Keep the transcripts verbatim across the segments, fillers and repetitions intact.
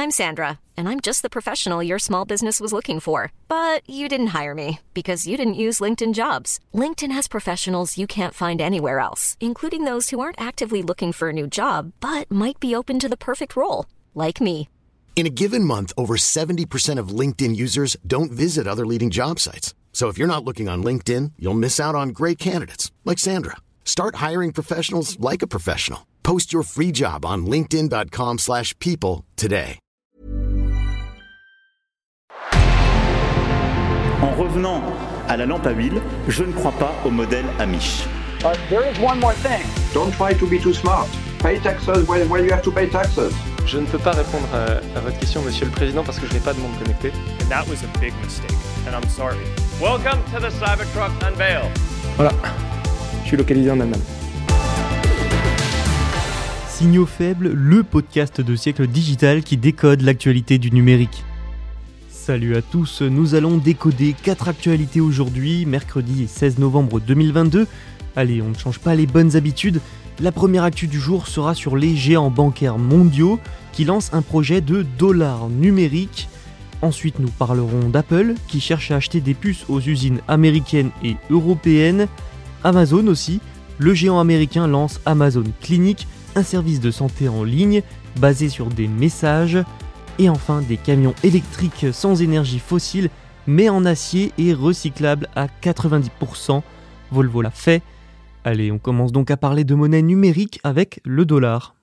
I'm Sandra, and I'm just the professional your small business was looking for. But you didn't hire me because you didn't use LinkedIn Jobs. LinkedIn has professionals you can't find anywhere else, including those who aren't actively looking for a new job, but might be open to the perfect role, like me. In a given month, over seventy percent of LinkedIn users don't visit other leading job sites. So if you're not looking on LinkedIn, you'll miss out on great candidates like Sandra. Start hiring professionals like a professional. Post your free job on linkedin.com slash people today. En revenant à la lampe à huile, je ne crois pas au modèle Amish. But there is one more thing. Don't try to be too smart. Pay taxes when, when you have to pay taxes. Je ne peux pas répondre à, à votre question, Monsieur le Président, parce que je n'ai pas de monde connecté. And that was a big mistake, and I'm sorry. Welcome to the Cybertruck Unveil. Voilà, je suis localisé en Allemagne. Signaux faibles, le podcast de Siècle Digital qui décode l'actualité du numérique. Salut à tous, nous allons décoder quatre actualités aujourd'hui, mercredi seize novembre deux mille vingt-deux. Allez, on ne change pas les bonnes habitudes. La première actu du jour sera sur les géants bancaires mondiaux qui lancent un projet de dollar numérique. Ensuite, nous parlerons d'Apple qui cherche à acheter des puces aux usines américaines et européennes. Amazon aussi, le géant américain lance Amazon Clinic, un service de santé en ligne basé sur des messages. Et enfin, des camions électriques sans énergie fossile mais en acier et recyclables à quatre-vingt-dix pour cent. Volvo l'a fait. Allez, on commence donc à parler de monnaie numérique avec le dollar.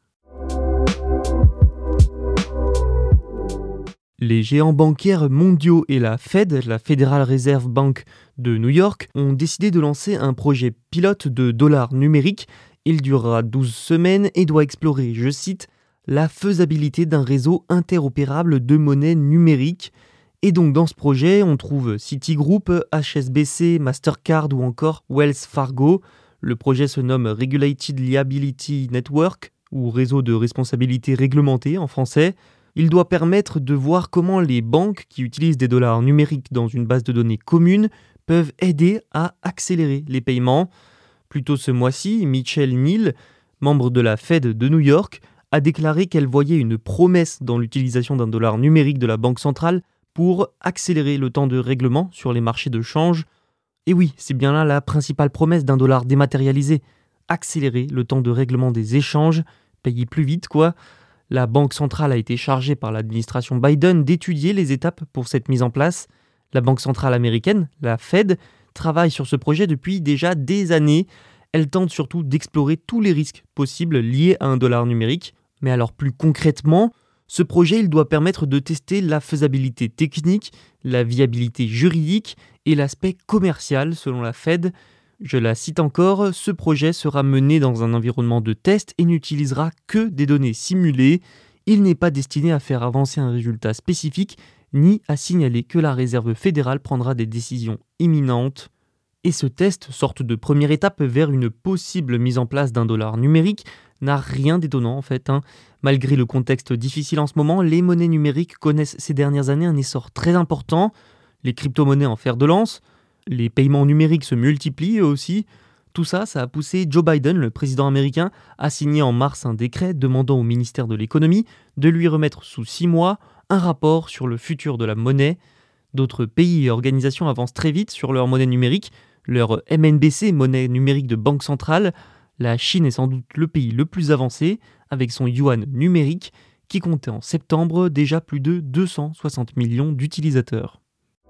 Les géants bancaires mondiaux et la Fed, la Federal Reserve Bank de New York, ont décidé de lancer un projet pilote de dollar numérique. Il durera douze semaines et doit explorer, je cite, la faisabilité d'un réseau interopérable de monnaie numérique. Et donc dans ce projet, on trouve Citigroup, H S B C, Mastercard ou encore Wells Fargo. Le projet se nomme Regulated Liability Network, ou réseau de responsabilité réglementée en français. Il doit permettre de voir comment les banques qui utilisent des dollars numériques dans une base de données commune peuvent aider à accélérer les paiements. Plus tôt ce mois-ci, Michelle Neal, membre de la Fed de New York, a déclaré qu'elle voyait une promesse dans l'utilisation d'un dollar numérique de la Banque centrale pour accélérer le temps de règlement sur les marchés de change. Et oui, c'est bien là la principale promesse d'un dollar dématérialisé. Accélérer le temps de règlement des échanges, payer plus vite quoi. La Banque centrale a été chargée par l'administration Biden d'étudier les étapes pour cette mise en place. La Banque centrale américaine, la Fed, travaille sur ce projet depuis déjà des années. Elle tente surtout d'explorer tous les risques possibles liés à un dollar numérique. Mais alors plus concrètement, ce projet il doit permettre de tester la faisabilité technique, la viabilité juridique et l'aspect commercial selon la Fed. Je la cite encore, ce projet sera mené dans un environnement de test et n'utilisera que des données simulées. Il n'est pas destiné à faire avancer un résultat spécifique, ni à signaler que la Réserve fédérale prendra des décisions imminentes. Et ce test, sorte de première étape vers une possible mise en place d'un dollar numérique, n'a rien d'étonnant en fait. Hein. Malgré le contexte difficile en ce moment, les monnaies numériques connaissent ces dernières années un essor très important. Les crypto-monnaies en fer de lance, les paiements numériques se multiplient eux aussi. Tout ça, ça a poussé Joe Biden, le président américain, à signer en mars un décret demandant au ministère de l'économie de lui remettre sous six mois un rapport sur le futur de la monnaie. D'autres pays et organisations avancent très vite sur leur monnaie numérique, leur M N B C, monnaie numérique de banque centrale. La Chine est sans doute le pays le plus avancé, avec son yuan numérique, qui comptait en septembre déjà plus de deux cent soixante millions d'utilisateurs.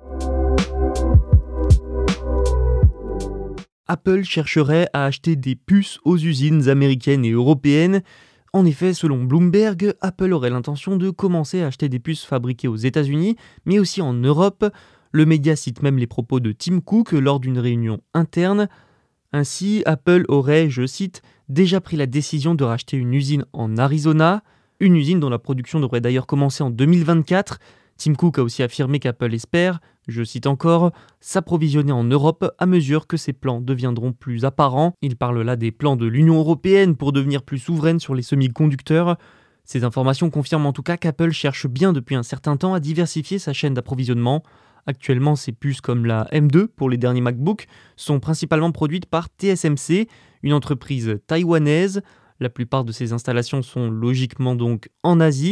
Apple chercherait à acheter des puces aux usines américaines et européennes. En effet, selon Bloomberg, Apple aurait l'intention de commencer à acheter des puces fabriquées aux États-Unis, mais aussi en Europe. Le média cite même les propos de Tim Cook lors d'une réunion interne. Ainsi, Apple aurait, je cite, déjà pris la décision de racheter une usine en Arizona, une usine dont la production devrait d'ailleurs commencer en deux mille vingt-quatre. Tim Cook a aussi affirmé qu'Apple espère, je cite encore, s'approvisionner en Europe à mesure que ses plans deviendront plus apparents. Il parle là des plans de l'Union européenne pour devenir plus souveraine sur les semi-conducteurs. Ces informations confirment en tout cas qu'Apple cherche bien depuis un certain temps à diversifier sa chaîne d'approvisionnement. Actuellement, ces puces comme la M deux pour les derniers MacBook sont principalement produites par T S M C, une entreprise taïwanaise. La plupart de ces installations sont logiquement donc en Asie.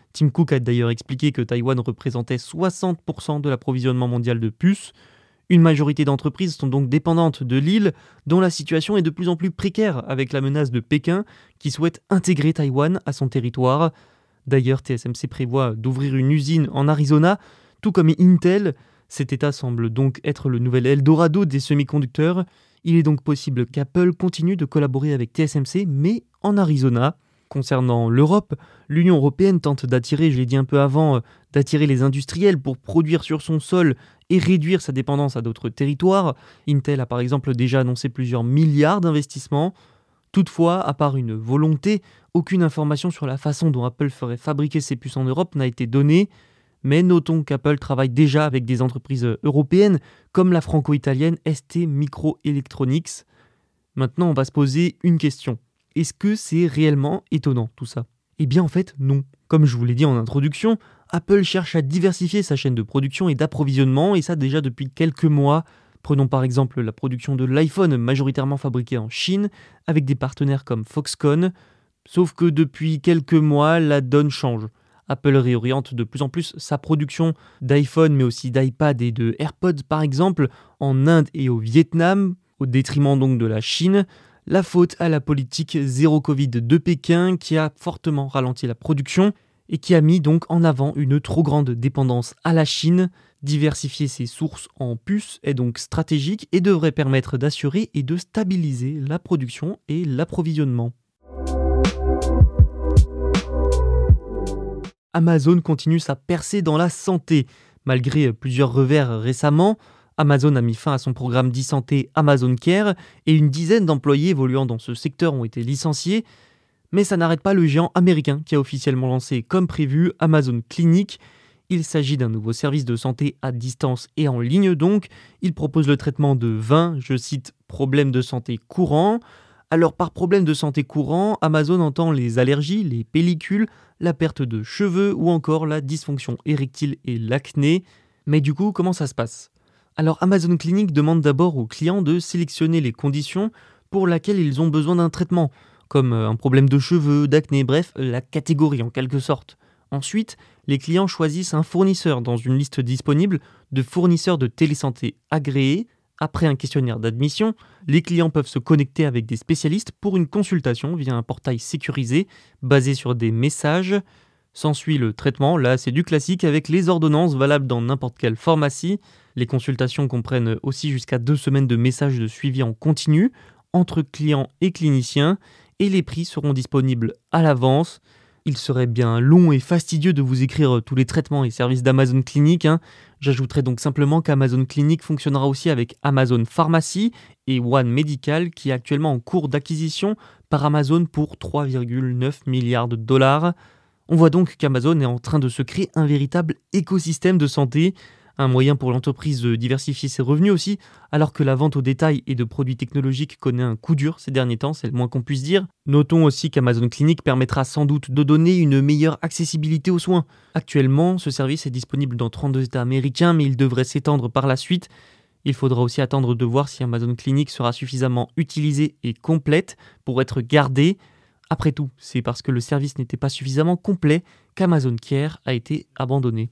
Tim Cook a d'ailleurs expliqué que Taïwan représentait soixante pour cent de l'approvisionnement mondial de puces. Une majorité d'entreprises sont donc dépendantes de l'île, dont la situation est de plus en plus précaire avec la menace de Pékin qui souhaite intégrer Taïwan à son territoire. D'ailleurs, T S M C prévoit d'ouvrir une usine en Arizona, tout comme Intel. Cet État semble donc être le nouvel Eldorado des semi-conducteurs. Il est donc possible qu'Apple continue de collaborer avec T S M C, mais en Arizona. Concernant l'Europe, l'Union européenne tente d'attirer, je l'ai dit un peu avant, d'attirer les industriels pour produire sur son sol et réduire sa dépendance à d'autres territoires. Intel a par exemple déjà annoncé plusieurs milliards d'investissements. Toutefois, à part une volonté, aucune information sur la façon dont Apple ferait fabriquer ses puces en Europe n'a été donnée. Mais notons qu'Apple travaille déjà avec des entreprises européennes comme la franco-italienne S T Microelectronics. Maintenant, on va se poser une question. Est-ce que c'est réellement étonnant tout ça ? Eh bien en fait, non. Comme je vous l'ai dit en introduction, Apple cherche à diversifier sa chaîne de production et d'approvisionnement, et ça déjà depuis quelques mois. Prenons par exemple la production de l'iPhone, majoritairement fabriquée en Chine, avec des partenaires comme Foxconn. Sauf que depuis quelques mois, la donne change. Apple réoriente de plus en plus sa production d'iPhone, mais aussi d'iPad et de AirPods par exemple, en Inde et au Vietnam, au détriment donc de la Chine. La faute à la politique zéro Covid de Pékin qui a fortement ralenti la production et qui a mis donc en avant une trop grande dépendance à la Chine. Diversifier ses sources en puces est donc stratégique et devrait permettre d'assurer et de stabiliser la production et l'approvisionnement. Amazon continue sa percée dans la santé. Malgré plusieurs revers récemment, Amazon a mis fin à son programme d'e-santé Amazon Care et une dizaine d'employés évoluant dans ce secteur ont été licenciés. Mais ça n'arrête pas le géant américain qui a officiellement lancé comme prévu Amazon Clinic. Il s'agit d'un nouveau service de santé à distance et en ligne donc. Il propose le traitement de vingt, je cite, problèmes de santé courants. Alors par problème de santé courant, Amazon entend les allergies, les pellicules, la perte de cheveux ou encore la dysfonction érectile et l'acné. Mais du coup, comment ça se passe ? Alors Amazon Clinic demande d'abord aux clients de sélectionner les conditions pour lesquelles ils ont besoin d'un traitement, comme un problème de cheveux, d'acné, bref, la catégorie en quelque sorte. Ensuite, les clients choisissent un fournisseur dans une liste disponible de fournisseurs de télésanté agréés. Après un questionnaire d'admission, les clients peuvent se connecter avec des spécialistes pour une consultation via un portail sécurisé basé sur des messages. S'ensuit le traitement, là c'est du classique avec les ordonnances valables dans n'importe quelle pharmacie. Les consultations comprennent aussi jusqu'à deux semaines de messages de suivi en continu entre clients et cliniciens et les prix seront disponibles à l'avance. Il serait bien long et fastidieux de vous écrire tous les traitements et services d'Amazon Clinic. Hein. J'ajouterai donc simplement qu'Amazon Clinic fonctionnera aussi avec Amazon Pharmacy et One Medical qui est actuellement en cours d'acquisition par Amazon pour trois virgule neuf milliards de dollars. On voit donc qu'Amazon est en train de se créer un véritable écosystème de santé, un moyen pour l'entreprise de diversifier ses revenus aussi, alors que la vente au détail et de produits technologiques connaît un coup dur ces derniers temps, c'est le moins qu'on puisse dire. Notons aussi qu'Amazon Clinic permettra sans doute de donner une meilleure accessibilité aux soins. Actuellement, ce service est disponible dans trente-deux États américains, mais il devrait s'étendre par la suite. Il faudra aussi attendre de voir si Amazon Clinic sera suffisamment utilisée et complète pour être gardée. Après tout, c'est parce que le service n'était pas suffisamment complet qu'Amazon Care a été abandonné.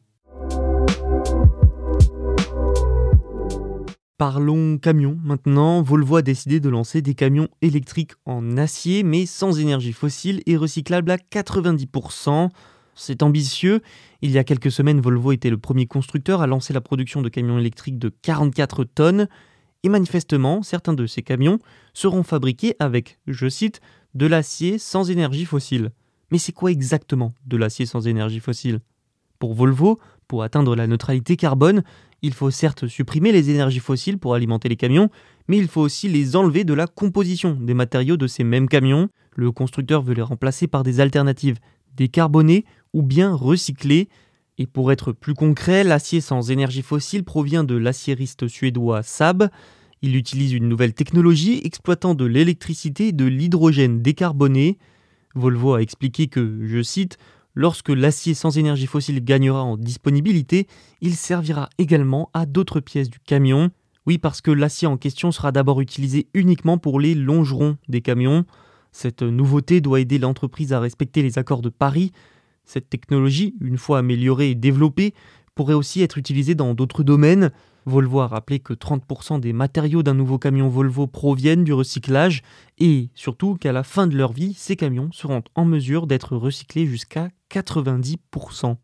Parlons camions maintenant. Volvo a décidé de lancer des camions électriques en acier, mais sans énergie fossile et recyclables à quatre-vingt-dix pour cent. C'est ambitieux. Il y a quelques semaines, Volvo était le premier constructeur à lancer la production de camions électriques de quarante-quatre tonnes. Et manifestement, certains de ces camions seront fabriqués avec, je cite, de l'acier sans énergie fossile. Mais c'est quoi exactement de l'acier sans énergie fossile ? Pour Volvo, pour atteindre la neutralité carbone, il faut certes supprimer les énergies fossiles pour alimenter les camions, mais il faut aussi les enlever de la composition des matériaux de ces mêmes camions. Le constructeur veut les remplacer par des alternatives décarbonées ou bien recyclées. Et pour être plus concret, l'acier sans énergie fossile provient de l'aciériste suédois Saab. Il utilise une nouvelle technologie exploitant de l'électricité et de l'hydrogène décarboné. Volvo a expliqué que, je cite, « Lorsque l'acier sans énergie fossile gagnera en disponibilité, il servira également à d'autres pièces du camion. » Oui, parce que l'acier en question sera d'abord utilisé uniquement pour les longerons des camions. Cette nouveauté doit aider l'entreprise à respecter les accords de Paris. Cette technologie, une fois améliorée et développée, pourrait aussi être utilisée dans d'autres domaines. Volvo a rappelé que trente pour cent des matériaux d'un nouveau camion Volvo proviennent du recyclage et surtout qu'à la fin de leur vie, ces camions seront en mesure d'être recyclés jusqu'à quatre-vingt-dix pour cent.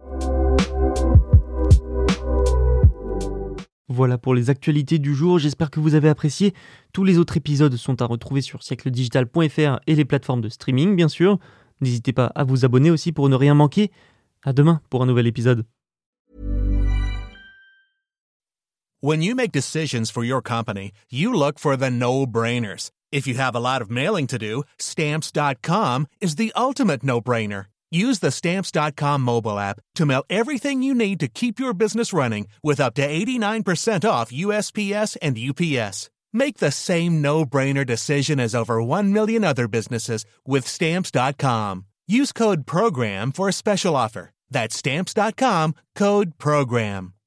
Voilà pour les actualités du jour, j'espère que vous avez apprécié. Tous les autres épisodes sont à retrouver sur siècle digital point f r et les plateformes de streaming bien sûr. N'hésitez pas à vous abonner aussi pour ne rien manquer. À demain pour un nouvel épisode. When you make decisions for your company, you look for the no-brainers. If you have a lot of mailing to do, Stamps dot com is the ultimate no-brainer. Use the Stamps dot com mobile app to mail everything you need to keep your business running with up to eighty-nine percent off U S P S and U P S. Make the same no-brainer decision as over one million other businesses with Stamps dot com. Use code PROGRAM for a special offer. That's Stamps dot com, code PROGRAM.